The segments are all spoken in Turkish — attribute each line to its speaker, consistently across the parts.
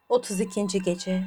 Speaker 1: 32. Gece.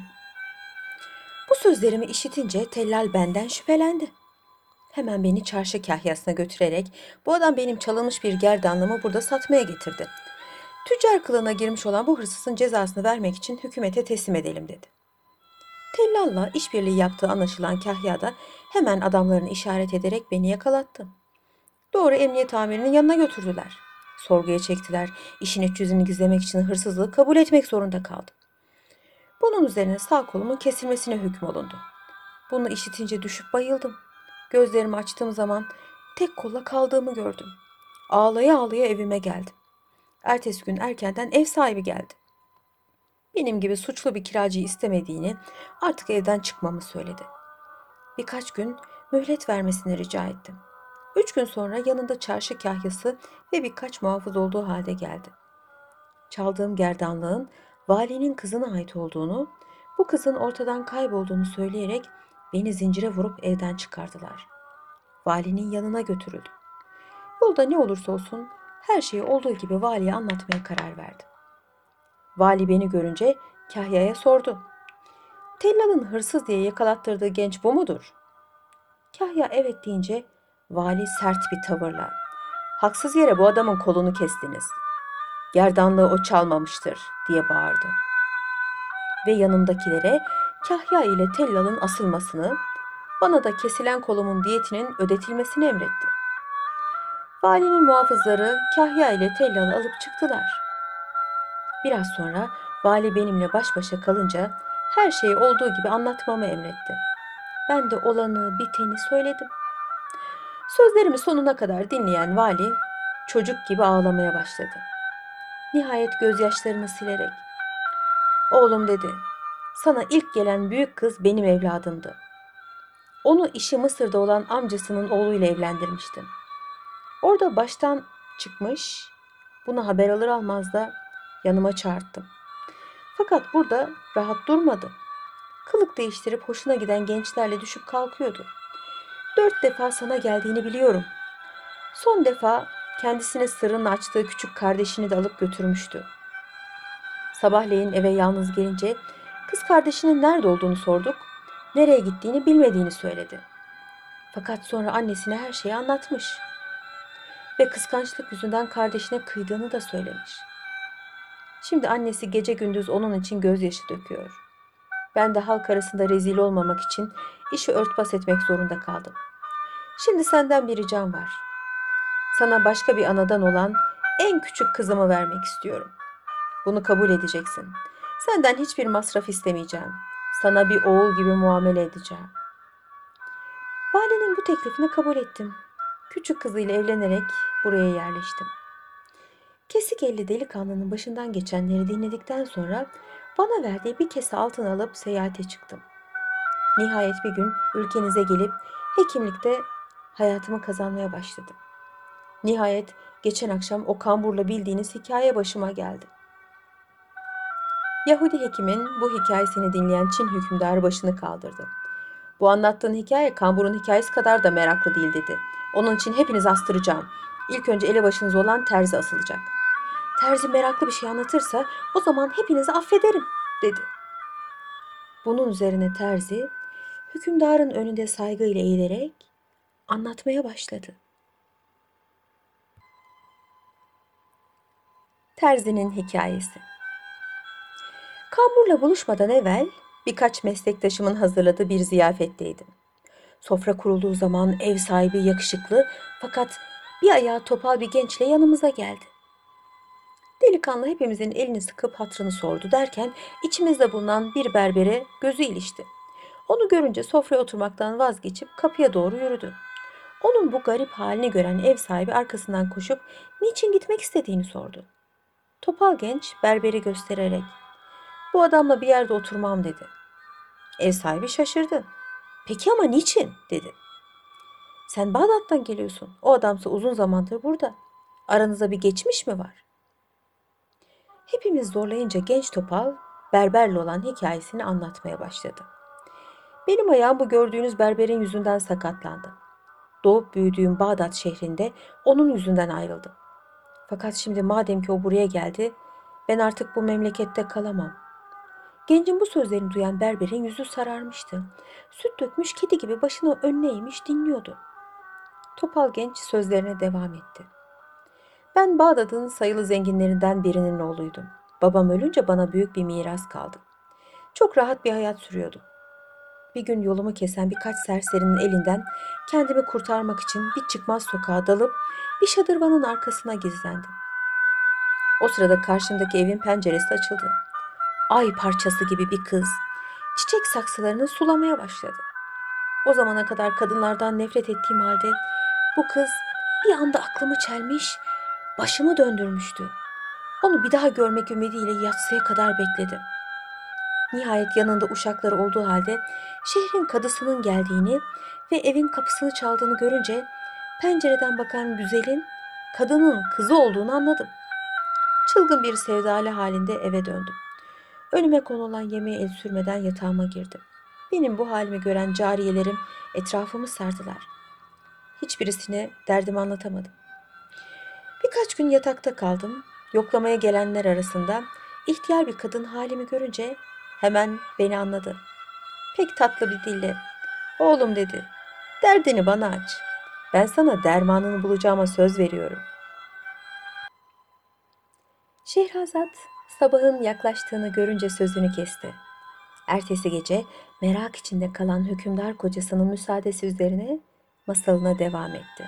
Speaker 1: Bu sözlerimi işitince tellal benden şüphelendi. Hemen beni çarşı kahyasına götürerek bu adam benim çalınmış bir gerdanlığımı burada satmaya getirdi. Tüccar kılığına girmiş olan bu hırsızın cezasını vermek için hükümete teslim edelim dedi. Tellalla işbirliği yaptığı anlaşılan kahya da hemen adamlarını işaret ederek beni yakalattı. Doğru emniyet amirinin yanına götürdüler. Sorguya çektiler. İşin iç yüzünü gizlemek için hırsızlığı kabul etmek zorunda kaldım. Bunun üzerine sağ kolumun kesilmesine hükmolundu. Bunu işitince düşüp bayıldım. Gözlerimi açtığım zaman tek kolla kaldığımı gördüm. Ağlaya ağlaya evime geldim. Ertesi gün erkenden ev sahibi geldi. Benim gibi suçlu bir kiracıyı istemediğini, artık evden çıkmamı söyledi. Birkaç gün mühlet vermesini rica ettim. 3 gün sonra yanında çarşı kahyası ve birkaç muhafız olduğu halde geldi. Çaldığım gerdanlığın valinin kızına ait olduğunu, bu kızın ortadan kaybolduğunu söyleyerek beni zincire vurup evden çıkardılar. Valinin yanına götürüldüm. Yolda ne olursa olsun her şeyi olduğu gibi valiye anlatmaya karar verdim. Vali beni görünce Kahya'ya sordu. Tellal'ın hırsız diye yakalattırdığı genç bu mudur? Kahya evet deyince vali sert bir tavırla, haksız yere bu adamın kolunu kestiniz. Gerdanlığı o çalmamıştır diye bağırdı. Ve yanımdakilere Kahya ile Tellal'ın asılmasını, bana da kesilen kolumun diyetinin ödetilmesini emretti. Valinin muhafızları Kahya ile Tellal'ı alıp çıktılar. Biraz sonra vali benimle baş başa kalınca her şeyi olduğu gibi anlatmamı emretti. Ben de olanı biteni söyledim. Sözlerimi sonuna kadar dinleyen vali çocuk gibi ağlamaya başladı. Nihayet gözyaşlarını silerek, "Oğlum," dedi, "sana ilk gelen büyük kız benim evladımdı. Onu işi Mısır'da olan amcasının oğluyla evlendirmiştim. Orada baştan çıkmış, bunu haber alır almaz da yanıma çağırttım. Fakat burada rahat durmadı. Kılık değiştirip hoşuna giden gençlerle düşüp kalkıyordu. 4 defa sana geldiğini biliyorum. Son defa kendisine sırrını açtığı küçük kardeşini de alıp götürmüştü. Sabahleyin eve yalnız gelince kız kardeşinin nerede olduğunu sorduk. Nereye gittiğini bilmediğini söyledi. Fakat sonra annesine her şeyi anlatmış. Ve kıskançlık yüzünden kardeşine kıydığını da söylemiş. Şimdi annesi gece gündüz onun için gözyaşı döküyor. Ben de halk arasında rezil olmamak için işi örtbas etmek zorunda kaldım. Şimdi senden bir ricam var. Sana başka bir anadan olan en küçük kızımı vermek istiyorum. Bunu kabul edeceksin. Senden hiçbir masraf istemeyeceğim. Sana bir oğul gibi muamele edeceğim." Valinin bu teklifini kabul ettim. Küçük kızıyla evlenerek buraya yerleştim. Kesik elli delikanlının başından geçenleri dinledikten sonra bana verdiği bir kese altın alıp seyahate çıktım. Nihayet bir gün ülkenize gelip hekimlikte hayatımı kazanmaya başladım. Nihayet geçen akşam o kamburla bildiğiniz hikaye başıma geldi. Yahudi hekimin bu hikayesini dinleyen Çin hükümdarı başını kaldırdı. "Bu anlattığın hikaye kamburun hikayesi kadar da meraklı değil," dedi. "Onun için hepinizi astıracağım. İlk önce elebaşınız olan terzi asılacak. Terzi meraklı bir şey anlatırsa o zaman hepinizi affederim," dedi. Bunun üzerine terzi hükümdarın önünde saygıyla eğilerek anlatmaya başladı. Terzinin hikayesi. Kamburla buluşmadan evvel birkaç meslektaşımın hazırladığı bir ziyafetteydim. Sofra kurulduğu zaman ev sahibi yakışıklı fakat bir ayağı topal bir gençle yanımıza geldi. Delikanlı hepimizin elini sıkıp hatırını sordu derken içimizde bulunan bir berbere gözü ilişti. Onu görünce sofraya oturmaktan vazgeçip kapıya doğru yürüdü. Onun bu garip halini gören ev sahibi arkasından koşup niçin gitmek istediğini sordu. Topal genç berberi göstererek, "Bu adamla bir yerde oturmam," dedi. Ev sahibi şaşırdı. "Peki ama niçin?" dedi. "Sen Bağdat'tan geliyorsun. O adamsa uzun zamandır burada. Aranızda bir geçmiş mi var?" Hepimiz zorlayınca genç topal berberle olan hikayesini anlatmaya başladı. "Benim ayağım bu gördüğünüz berberin yüzünden sakatlandı. Doğup büyüdüğüm Bağdat şehrinde onun yüzünden ayrıldım. Fakat şimdi madem ki o buraya geldi, ben artık bu memlekette kalamam. Gencin bu sözlerini duyan berberin yüzü sararmıştı. Süt dökmüş kedi gibi başını önüne eğmiş dinliyordu. Topal genç sözlerine devam etti. Ben Bağdat'ın sayılı zenginlerinden birinin oğluydum. Babam ölünce bana büyük bir miras kaldı. Çok rahat bir hayat sürüyordum. Bir gün yolumu kesen birkaç serserinin elinden kendimi kurtarmak için bir çıkmaz sokağa dalıp bir şadırvanın arkasına gizlendim. O sırada karşımdaki evin penceresi açıldı. Ay parçası gibi bir kız çiçek saksılarını sulamaya başladı. O zamana kadar kadınlardan nefret ettiğim halde bu kız bir anda aklımı çelmiş, başımı döndürmüştü. Onu bir daha görmek ümidiyle yatsıya kadar bekledim. Nihayet yanında uşakları olduğu halde şehrin kadısının geldiğini ve evin kapısını çaldığını görünce pencereden bakan güzelin kadının kızı olduğunu anladım. Çılgın bir sevdalı halinde eve döndüm. Önüme konulan yemeğe el sürmeden yatağıma girdim. Benim bu halimi gören cariyelerim etrafımı sardılar. Hiçbirisine derdimi anlatamadım. Birkaç gün yatakta kaldım. Yoklamaya gelenler arasında ihtiyar bir kadın halimi görünce hemen beni anladı. Pek tatlı bir dille, "Oğlum," dedi, "derdini bana aç. Ben sana dermanını bulacağıma söz veriyorum." Şehrazat sabahın yaklaştığını görünce sözünü kesti. Ertesi gece merak içinde kalan hükümdar kocasının müsaadesi üzerine masalına devam etti.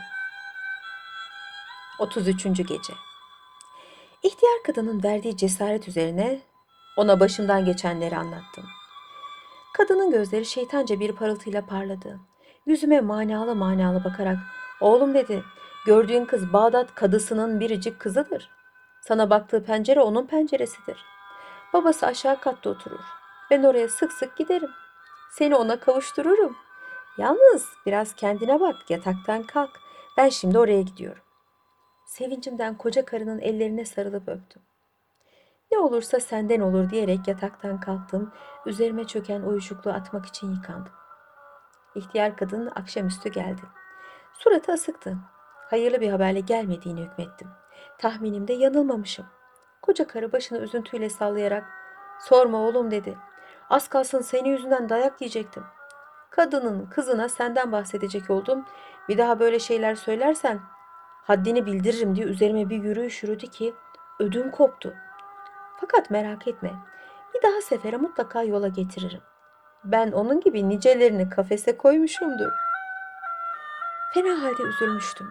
Speaker 1: 33. Gece. İhtiyar kadının verdiği cesaret üzerine ona başımdan geçenleri anlattım. Kadının gözleri şeytanca bir parıltıyla parladı. Yüzüme manalı manalı bakarak, "Oğlum," dedi, "gördüğün kız Bağdat kadısının biricik kızıdır. Sana baktığı pencere onun penceresidir. Babası aşağı katta oturur. Ben oraya sık sık giderim. Seni ona kavuştururum. Yalnız biraz kendine bak, yataktan kalk. Ben şimdi oraya gidiyorum." Sevincimden koca karının ellerine sarılıp öptüm. "Ne olursa senden olur," diyerek yataktan kalktım. Üzerime çöken uyuşukluğu atmak için yıkandım. İhtiyar kadın akşamüstü geldi. Suratı asıktı. Hayırlı bir haberle gelmediğini hükmettim. Tahminimde yanılmamışım. Koca karı başını üzüntüyle sallayarak, "Sorma oğlum," dedi. "Az kalsın senin yüzünden dayak yiyecektim. Kadının kızına senden bahsedecek oldum. Bir daha böyle şeyler söylersen haddini bildiririm," diye üzerime bir yürüyüş yürüdü ki ödüm koptu. Fakat merak etme, bir daha sefere mutlaka yola getiririm. Ben onun gibi nicelerini kafese koymuşumdur. Fena halde üzülmüştüm.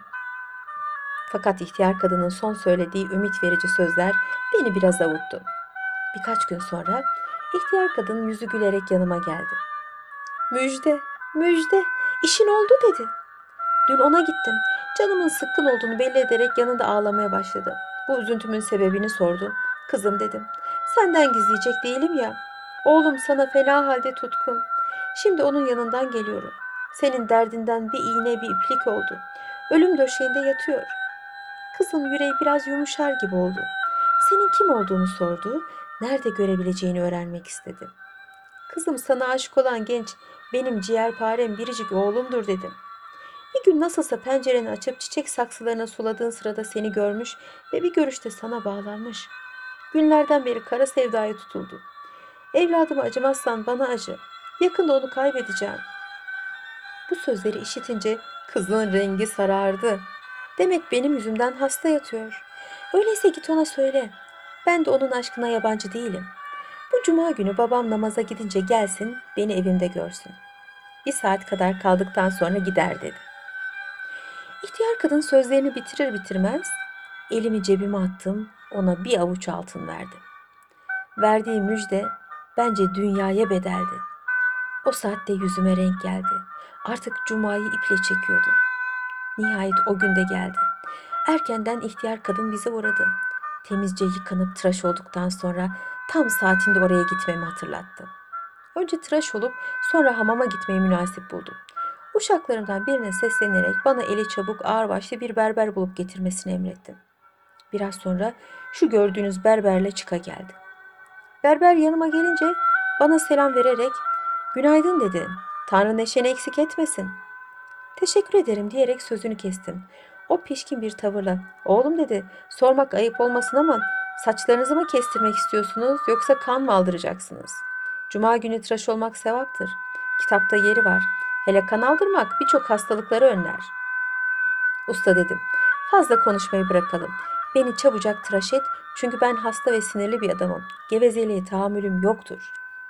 Speaker 1: Fakat ihtiyar kadının son söylediği ümit verici sözler beni biraz avuttu. Birkaç gün sonra ihtiyar kadın yüzü gülerek yanıma geldi. "Müjde, müjde, işin oldu," dedi. "Dün ona gittim. Canımın sıkkın olduğunu belli ederek yanında ağlamaya başladı. Bu üzüntümün sebebini sordum. 'Kızım,' dedim, 'senden gizleyecek değilim ya. Oğlum sana fena halde tutkun. Şimdi onun yanından geliyorum. Senin derdinden bir iğne bir iplik oldu. Ölüm döşeğinde yatıyor.' Kızın yüreği biraz yumuşar gibi oldu. Senin kim olduğunu sordu. Nerede görebileceğini öğrenmek istedi. 'Kızım sana aşık olan genç benim ciğerparem biricik oğlumdur,' dedim. 'Bir gün nasılsa pencereni açıp çiçek saksılarına suladığın sırada seni görmüş ve bir görüşte sana bağlanmış. Günlerden beri kara sevdaya tutuldu. Evladıma acımazsan bana acı. Yakında onu kaybedeceğim.' Bu sözleri işitince kızın rengi sarardı. Demek benim yüzümden hasta yatıyor. Öyleyse git ona söyle. Ben de onun aşkına yabancı değilim. Bu cuma günü babam namaza gidince gelsin, beni evimde görsün. Bir saat kadar kaldıktan sonra gider," dedi. İhtiyar kadın sözlerini bitirir bitirmez elimi cebime attım, ona bir avuç altın verdim. Verdiği müjde bence dünyaya bedeldi. O saatte yüzüme renk geldi. Artık cumayı iple çekiyordum. Nihayet o gün de geldi. Erkenden ihtiyar kadın bize uğradı. Temizce yıkanıp tıraş olduktan sonra tam saatinde oraya gitmemi hatırlattı. Önce tıraş olup sonra hamama gitmeyi münasip buldum. Uşaklarımdan birine seslenerek bana eli çabuk ağırbaşlı bir berber bulup getirmesini emrettim. Biraz sonra şu gördüğünüz berberle çıka geldi. Berber yanıma gelince bana selam vererek "Günaydın," dedi. "Tanrı neşeni eksik etmesin." "Teşekkür ederim," diyerek sözünü kestim. O pişkin bir tavırla "Oğlum," dedi, "sormak ayıp olmasın ama saçlarınızı mı kestirmek istiyorsunuz yoksa kan mı aldıracaksınız?" Cuma günü tıraş olmak sevaptır. Kitapta yeri var. Hele kan aldırmak birçok hastalıkları önler. Usta dedim. Fazla konuşmayı bırakalım. Beni çabucak tıraş et çünkü ben hasta ve sinirli bir adamım. Gevezeliğe tahammülüm yoktur.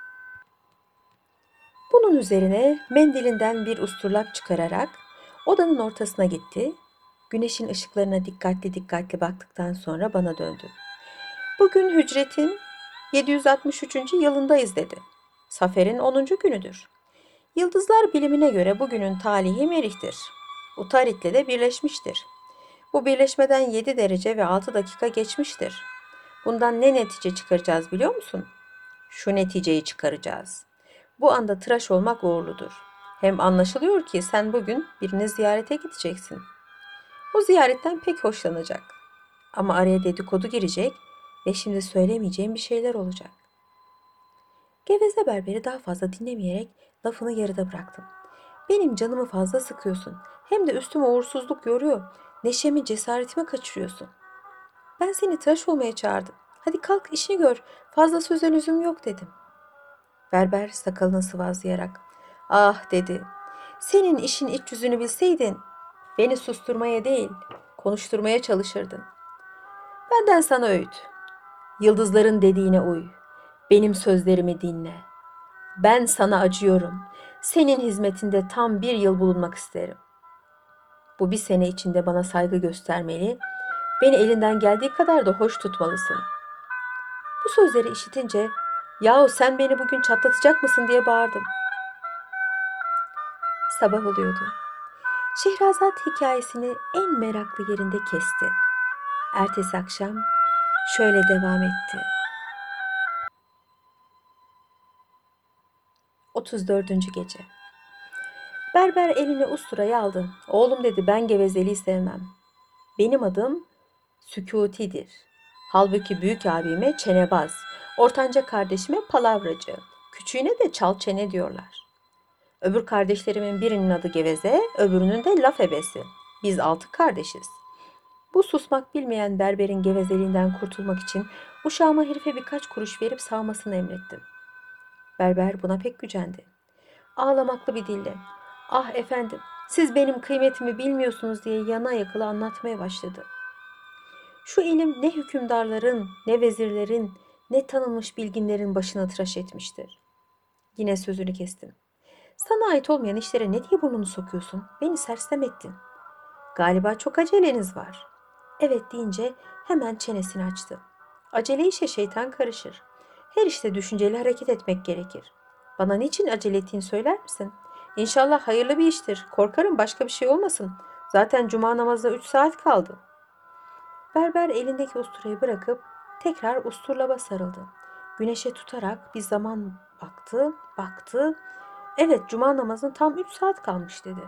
Speaker 1: Bunun üzerine mendilinden bir usturlap çıkararak odanın ortasına gitti. Güneşin ışıklarına dikkatli dikkatli baktıktan sonra bana döndü. Bugün hücretin 763. yılındayız dedi. Safer'in 10. günüdür. Yıldızlar bilimine göre bugünün talihi Merih'tir. Utarit'le de birleşmiştir. Bu birleşmeden 7 derece ve 6 dakika geçmiştir. Bundan ne netice çıkaracağız biliyor musun? Şu neticeyi çıkaracağız. Bu anda tıraş olmak uğurludur. Hem anlaşılıyor ki sen bugün birini ziyarete gideceksin. O ziyaretten pek hoşlanacak. Ama araya dedikodu girecek ve şimdi söylemeyeceğim bir şeyler olacak. Geveze berberi daha fazla dinlemeyerek lafını yarıda bıraktım. Benim canımı fazla sıkıyorsun. Hem de üstüme uğursuzluk yoruyor. Neşemi, cesaretimi kaçırıyorsun. Ben seni tıraş olmaya çağırdım. Hadi kalk işini gör. Fazla söze lüzum yok dedim. Berber sakalını sıvazlayarak ah dedi. Senin işin iç yüzünü bilseydin beni susturmaya değil konuşturmaya çalışırdın. Benden sana öğüt. Yıldızların dediğine uy. Benim sözlerimi dinle. Ben sana acıyorum. Senin hizmetinde tam 1 yıl bulunmak isterim. Bu 1 sene içinde bana saygı göstermeli, beni elinden geldiği kadar da hoş tutmalısın. Bu sözleri işitince, yahu sen beni bugün çatlatacak mısın diye bağırdım. Sabah oluyordu. Şehrazat hikayesini en meraklı yerinde kesti. Ertesi akşam şöyle devam etti. 34. gece. Berber elini usturayı aldı. Oğlum dedi ben gevezeliği sevmem. Benim adım Sükuti'dir. Halbuki büyük abime çenebaz, ortanca kardeşime palavracı, küçüğüne de çal çene diyorlar. Öbür kardeşlerimin birinin adı Geveze, öbürünün de laf ebesi. Biz 6 kardeşiz. Bu susmak bilmeyen berberin gevezeliğinden kurtulmak için uşağıma herife birkaç kuruş verip sağmasını emrettim. Berber buna pek gücendi. Ağlamaklı bir dille, ah efendim siz benim kıymetimi bilmiyorsunuz diye yana yakıla anlatmaya başladı. Şu ilim ne hükümdarların, ne vezirlerin, ne tanınmış bilginlerin başına tıraş etmiştir. Yine sözünü kestim. Sana ait olmayan işlere ne diye burnunu sokuyorsun? Beni sersem ettin. Galiba çok aceleniz var. Evet deyince hemen çenesini açtı. Acele işe şeytan karışır. Her işte düşünceli hareket etmek gerekir. Bana niçin acele ettiğini söyler misin? İnşallah hayırlı bir iştir. Korkarım başka bir şey olmasın. Zaten cuma namazına 3 saat kaldı. Berber elindeki usturayı bırakıp tekrar usturlaba sarıldı. Güneşe tutarak bir zaman baktı. Evet, cuma namazına tam 3 saat kalmış dedi.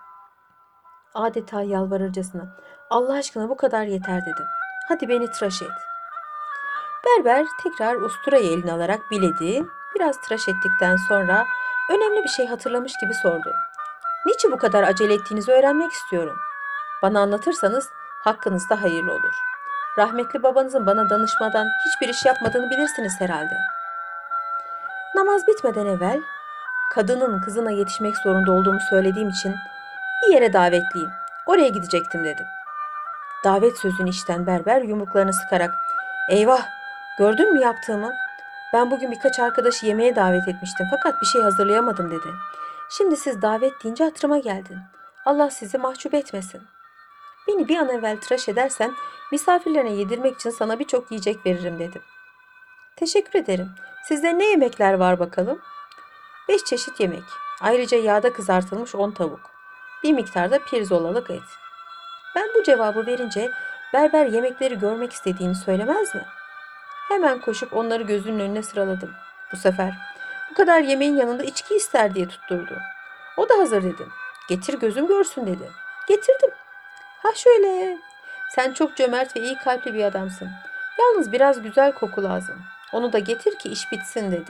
Speaker 1: Adeta yalvarırcasına. Allah aşkına bu kadar yeter dedim. Hadi beni tıraş et. Berber tekrar usturayı eline alarak biledi. Biraz tıraş ettikten sonra önemli bir şey hatırlamış gibi sordu. Niçin bu kadar acele ettiğinizi öğrenmek istiyorum. Bana anlatırsanız hakkınızda hayırlı olur. Rahmetli babanızın bana danışmadan hiçbir iş yapmadığını bilirsiniz herhalde. Namaz bitmeden evvel kadının kızına yetişmek zorunda olduğumu söylediğim için bir yere davetliyim. Oraya gidecektim dedim. Davet sözünü işiten berber yumruklarını sıkarak eyvah gördün mü yaptığımı? Ben bugün birkaç arkadaşı yemeğe davet etmiştim fakat bir şey hazırlayamadım dedi. Şimdi siz davet deyince hatırıma geldin. Allah sizi mahcup etmesin. Beni bir an evvel tıraş edersen misafirlerine yedirmek için sana birçok yiyecek veririm dedim. Teşekkür ederim. Sizde ne yemekler var bakalım? 5 çeşit yemek. Ayrıca yağda kızartılmış 10 tavuk. Bir miktarda pirzolalık et. Ben bu cevabı verince berber yemekleri görmek istediğini söylemez mi? Hemen koşup onları gözünün önüne sıraladım. Bu sefer bu kadar yemeğin yanında içki ister diye tutturdu. O da hazır dedim. Getir gözüm görsün dedi. Getirdim. Ha şöyle. Sen çok cömert ve iyi kalpli bir adamsın. Yalnız biraz güzel koku lazım. Onu da getir ki iş bitsin dedi.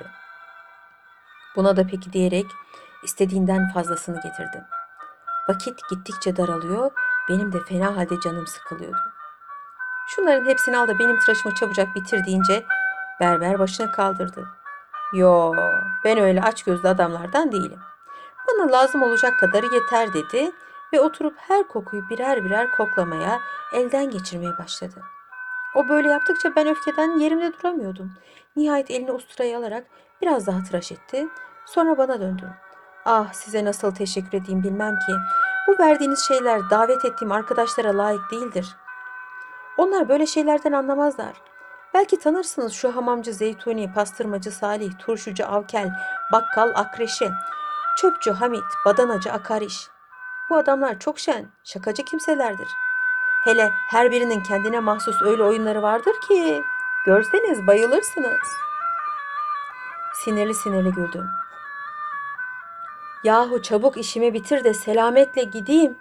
Speaker 1: Buna da peki diyerek istediğinden fazlasını getirdim. Vakit gittikçe daralıyor, benim de fena halde canım sıkılıyordu. Şunların hepsini al da benim tıraşımı çabucak bitir deyince berber başını kaldırdı. Yo, ben öyle açgözlü adamlardan değilim. Bana lazım olacak kadarı yeter dedi ve oturup her kokuyu birer birer koklamaya, elden geçirmeye başladı. O böyle yaptıkça ben öfkeden yerimde duramıyordum. Nihayet eline usturayı alarak biraz daha tıraş etti. Sonra bana döndü. Ah, size nasıl teşekkür edeyim bilmem ki. Bu verdiğiniz şeyler davet ettiğim arkadaşlara layık değildir. Onlar böyle şeylerden anlamazlar. Belki tanırsınız şu hamamcı Zeytuni, pastırmacı Salih, turşucu Avkel, bakkal Akreşi, çöpçü Hamit, badanacı Akariş. Bu adamlar çok şen, şakacı kimselerdir. Hele her birinin kendine mahsus öyle oyunları vardır ki görseniz bayılırsınız. Sinirli sinirli güldüm. Yahu çabuk işimi bitir de selametle gideyim.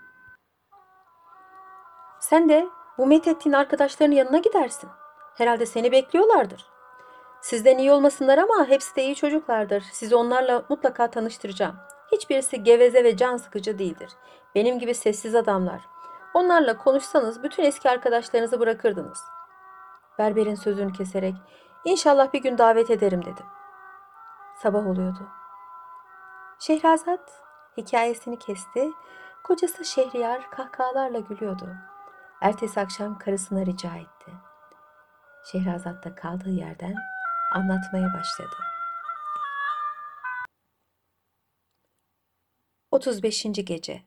Speaker 1: Sen de bu methettiğin arkadaşların yanına gidersin. Herhalde seni bekliyorlardır. Sizden iyi olmasınlar ama hepsi de iyi çocuklardır. Sizi onlarla mutlaka tanıştıracağım. Hiçbirisi geveze ve can sıkıcı değildir. Benim gibi sessiz adamlar. Onlarla konuşsanız bütün eski arkadaşlarınızı bırakırdınız. Berberin sözünü keserek, İnşallah bir gün davet ederim dedim. Sabah oluyordu. Şehrazat hikayesini kesti. Kocası Şehriyar kahkahalarla gülüyordu. Ertesi akşam karısına rica etti. Şehrazat da kaldığı yerden anlatmaya başladı. 35. Gece.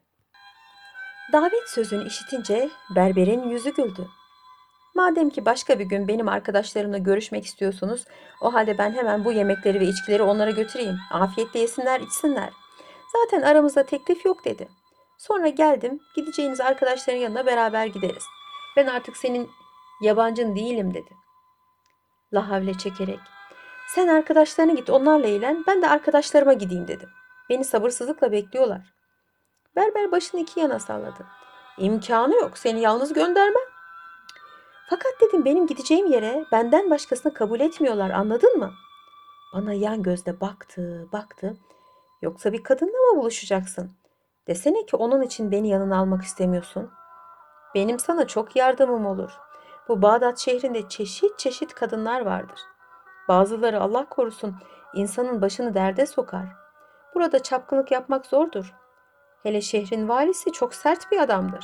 Speaker 1: Davet sözünü işitince berberin yüzü güldü. Madem ki başka bir gün benim arkadaşlarımla görüşmek istiyorsunuz, o halde ben hemen bu yemekleri ve içkileri onlara götüreyim. Afiyetle yesinler, içsinler. Zaten aramızda teklif yok dedi. Sonra geldim, gideceğiniz arkadaşların yanına beraber gideriz. Ben artık senin yabancın değilim dedi. Lahavle çekerek. Sen arkadaşlarına git, onlarla eğlen, ben de arkadaşlarıma gideyim dedim. Beni sabırsızlıkla bekliyorlar. Berber başını iki yana salladı. İmkanı yok, seni yalnız göndermem. Fakat dedim benim gideceğim yere benden başkasını kabul etmiyorlar, anladın mı? Bana yan gözle baktı, baktı. Yoksa bir kadınla mı buluşacaksın? Desene ki onun için beni yanına almak istemiyorsun. Benim sana çok yardımım olur. Bu Bağdat şehrinde çeşit çeşit kadınlar vardır. Bazıları Allah korusun insanın başını derde sokar. Burada çapkınlık yapmak zordur. Hele şehrin valisi çok sert bir adamdır.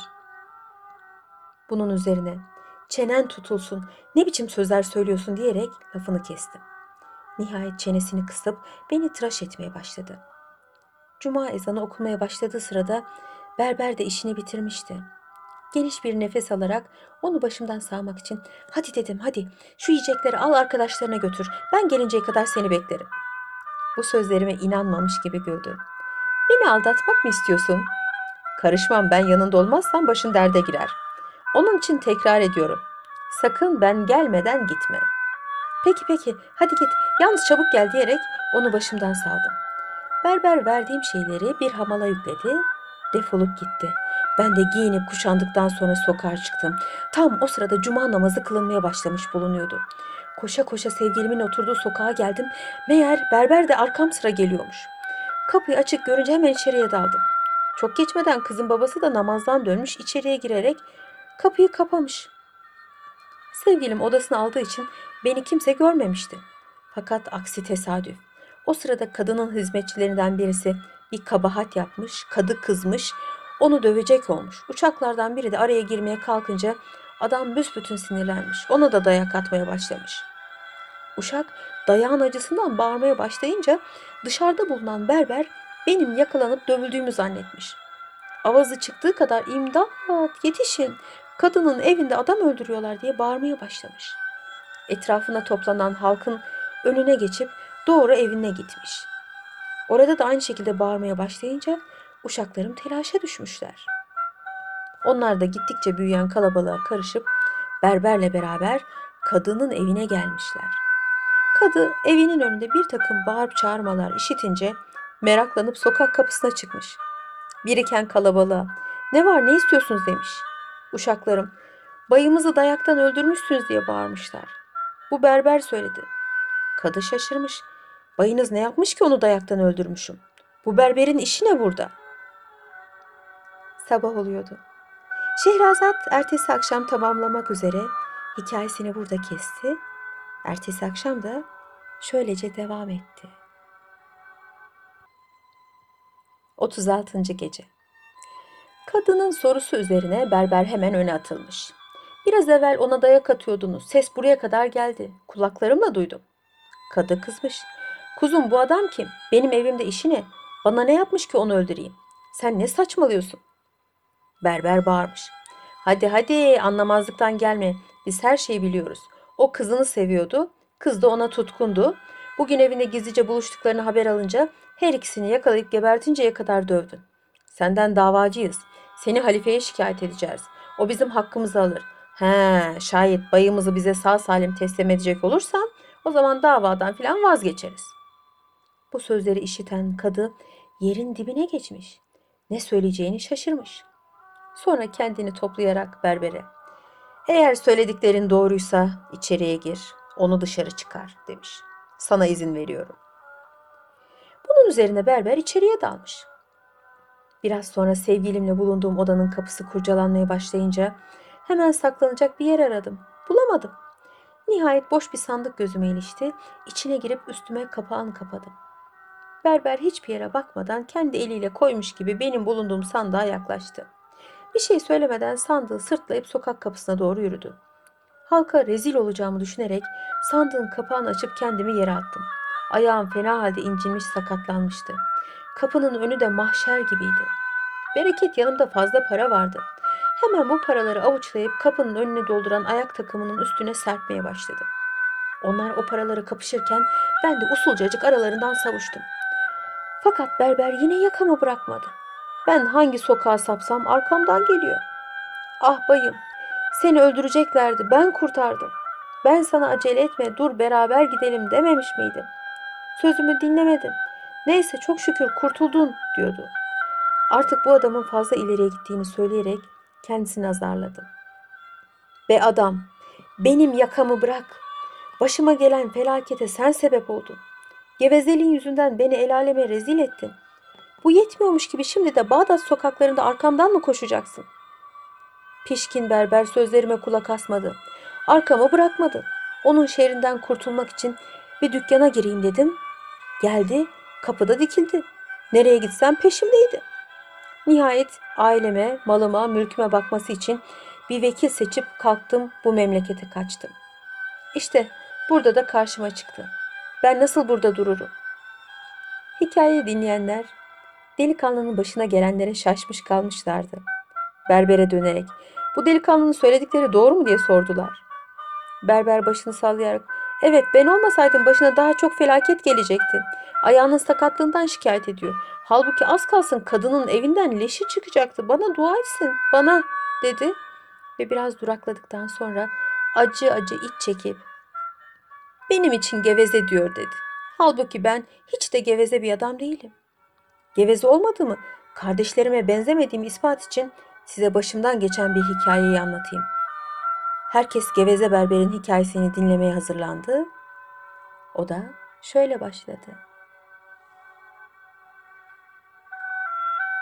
Speaker 1: Bunun üzerine çenen tutulsun, ne biçim sözler söylüyorsun diyerek lafını kestim. Nihayet çenesini kısıp beni tıraş etmeye başladı. Cuma ezanı okunmaya başladığı sırada berber de işini bitirmişti. Geniş bir nefes alarak onu başımdan sağmak için hadi dedim, hadi şu yiyecekleri al arkadaşlarına götür, ben gelinceye kadar seni beklerim. Bu sözlerime inanmamış gibi güldü. Beni aldatmak mı istiyorsun? Karışmam, ben yanında olmazsam başın derde girer. Onun için tekrar ediyorum. Sakın ben gelmeden gitme. Peki peki, hadi git, yalnız çabuk gel diyerek onu başımdan saldım. Berber verdiğim şeyleri bir hamala yükledi, defolup gitti. Ben de giyinip kuşandıktan sonra sokağa çıktım. Tam o sırada cuma namazı kılınmaya başlamış bulunuyordu. Koşa koşa sevgilimin oturduğu sokağa geldim. Meğer berber de arkam sıra geliyormuş. Kapıyı açık görünce hemen içeriye daldım. Çok geçmeden kızın babası da namazdan dönmüş, içeriye girerek kapıyı kapamış. Sevgilim odasını aldığı için beni kimse görmemişti. Fakat aksi tesadüf. O sırada kadının hizmetçilerinden birisi bir kabahat yapmış, kadı kızmış, onu dövecek olmuş. Uçaklardan biri de araya girmeye kalkınca adam büsbütün sinirlenmiş. Ona da dayak atmaya başlamış. Uşak dayağın acısından bağırmaya başlayınca dışarıda bulunan berber benim yakalanıp dövüldüğümü zannetmiş. Avazı çıktığı kadar imdat, yetişin, kadının evinde adam öldürüyorlar diye bağırmaya başlamış. Etrafına toplanan halkın önüne geçip doğru evine gitmiş. Orada da aynı şekilde bağırmaya başlayınca uşaklarım telaşa düşmüşler. Onlar da gittikçe büyüyen kalabalığa karışıp berberle beraber kadının evine gelmişler. Kadı evinin önünde bir takım bağırıp çağırmalar işitince meraklanıp sokak kapısına çıkmış. Biriken kalabalığa ne var ne istiyorsunuz demiş. Uşaklarım bayımızı dayaktan öldürmüşsünüz diye bağırmışlar. Bu berber söyledi. Kadı şaşırmış. Bayınız ne yapmış ki onu dayaktan öldürmüşüm? Bu berberin işi ne burada? Sabah oluyordu. Şehrazat ertesi akşam tamamlamak üzere hikayesini burada kesti. Ertesi akşam da şöylece devam etti. 36. Gece. Kadının sorusu üzerine berber hemen öne atılmış. Biraz evvel ona dayak atıyordunuz. Ses buraya kadar geldi. Kulaklarımla duydum. Kadı kızmış. Kuzum, bu adam kim? Benim evimde işi ne? Bana ne yapmış ki onu öldüreyim? Sen ne saçmalıyorsun? Berber bağırmış. Hadi hadi, anlamazlıktan gelme. Biz her şeyi biliyoruz. O kızını seviyordu. Kız da ona tutkundu. Bugün evinde gizlice buluştuklarını haber alınca her ikisini yakalayıp gebertinceye kadar dövdün. Senden davacıyız. Seni halifeye şikayet edeceğiz. O bizim hakkımızı alır. He, şayet bayımızı bize sağ salim teslim edecek olursan o zaman davadan filan vazgeçeriz. Bu sözleri işiten kadı yerin dibine geçmiş. Ne söyleyeceğini şaşırmış. Sonra kendini toplayarak berbere, eğer söylediklerin doğruysa içeriye gir, onu dışarı çıkar demiş. Sana izin veriyorum. Bunun üzerine berber içeriye dalmış. Biraz sonra sevgilimle bulunduğum odanın kapısı kurcalanmaya başlayınca hemen saklanacak bir yer aradım. Bulamadım. Nihayet boş bir sandık gözüme ilişti. İçine girip üstüme kapağını kapadım. Berber hiçbir yere bakmadan kendi eliyle koymuş gibi benim bulunduğum sandığa yaklaştı. Bir şey söylemeden sandığı sırtlayıp sokak kapısına doğru yürüdü. Halka rezil olacağımı düşünerek sandığın kapağını açıp kendimi yere attım. Ayağım fena halde incinmiş, sakatlanmıştı. Kapının önü de mahşer gibiydi. Bereket, yanımda fazla para vardı. Hemen bu paraları avuçlayıp kapının önüne dolduran ayak takımının üstüne serpmeye başladım. Onlar o paraları kapışırken ben de usulcacık aralarından savuştum. Fakat berber yine yakamı bırakmadı. Ben hangi sokağa sapsam arkamdan geliyor. Ah bayım, seni öldüreceklerdi, ben kurtardım. Ben sana acele etme, dur beraber gidelim dememiş miydim? Sözümü dinlemedin. Neyse çok şükür kurtuldun diyordu. Artık bu adamın fazla ileriye gittiğini söyleyerek kendisini azarladım. Be adam, benim yakamı bırak. Başıma gelen felakete sen sebep oldun. Gevezeliğin yüzünden beni el aleme rezil ettin. Bu yetmiyormuş gibi şimdi de Bağdat sokaklarında arkamdan mı koşacaksın? Pişkin berber sözlerime kulak asmadı. Arkamı bırakmadı. Onun şerrinden kurtulmak için bir dükkana gireyim dedim. Geldi, kapıda dikildi. Nereye gitsem peşimdeydi. Nihayet aileme, malıma, mülküme bakması için bir vekil seçip kalktım, bu memlekete kaçtım. İşte burada da karşıma çıktı. Ben nasıl burada dururum? Hikayeyi dinleyenler delikanlının başına gelenlere şaşmış kalmışlardı. Berbere dönerek bu delikanlının söyledikleri doğru mu diye sordular. Berber başını sallayarak evet, ben olmasaydım başına daha çok felaket gelecekti. Ayağının sakatlığından şikayet ediyor. Halbuki az kalsın kadının evinden leşi çıkacaktı. Bana dua etsin, bana dedi ve biraz durakladıktan sonra acı acı iç çekip benim için geveze diyor dedi. Halbuki ben hiç de geveze bir adam değilim. Geveze olmadığımı, kardeşlerime benzemediğimi ispat için size başımdan geçen bir hikayeyi anlatayım. Herkes geveze berberin hikayesini dinlemeye hazırlandı. O da şöyle başladı.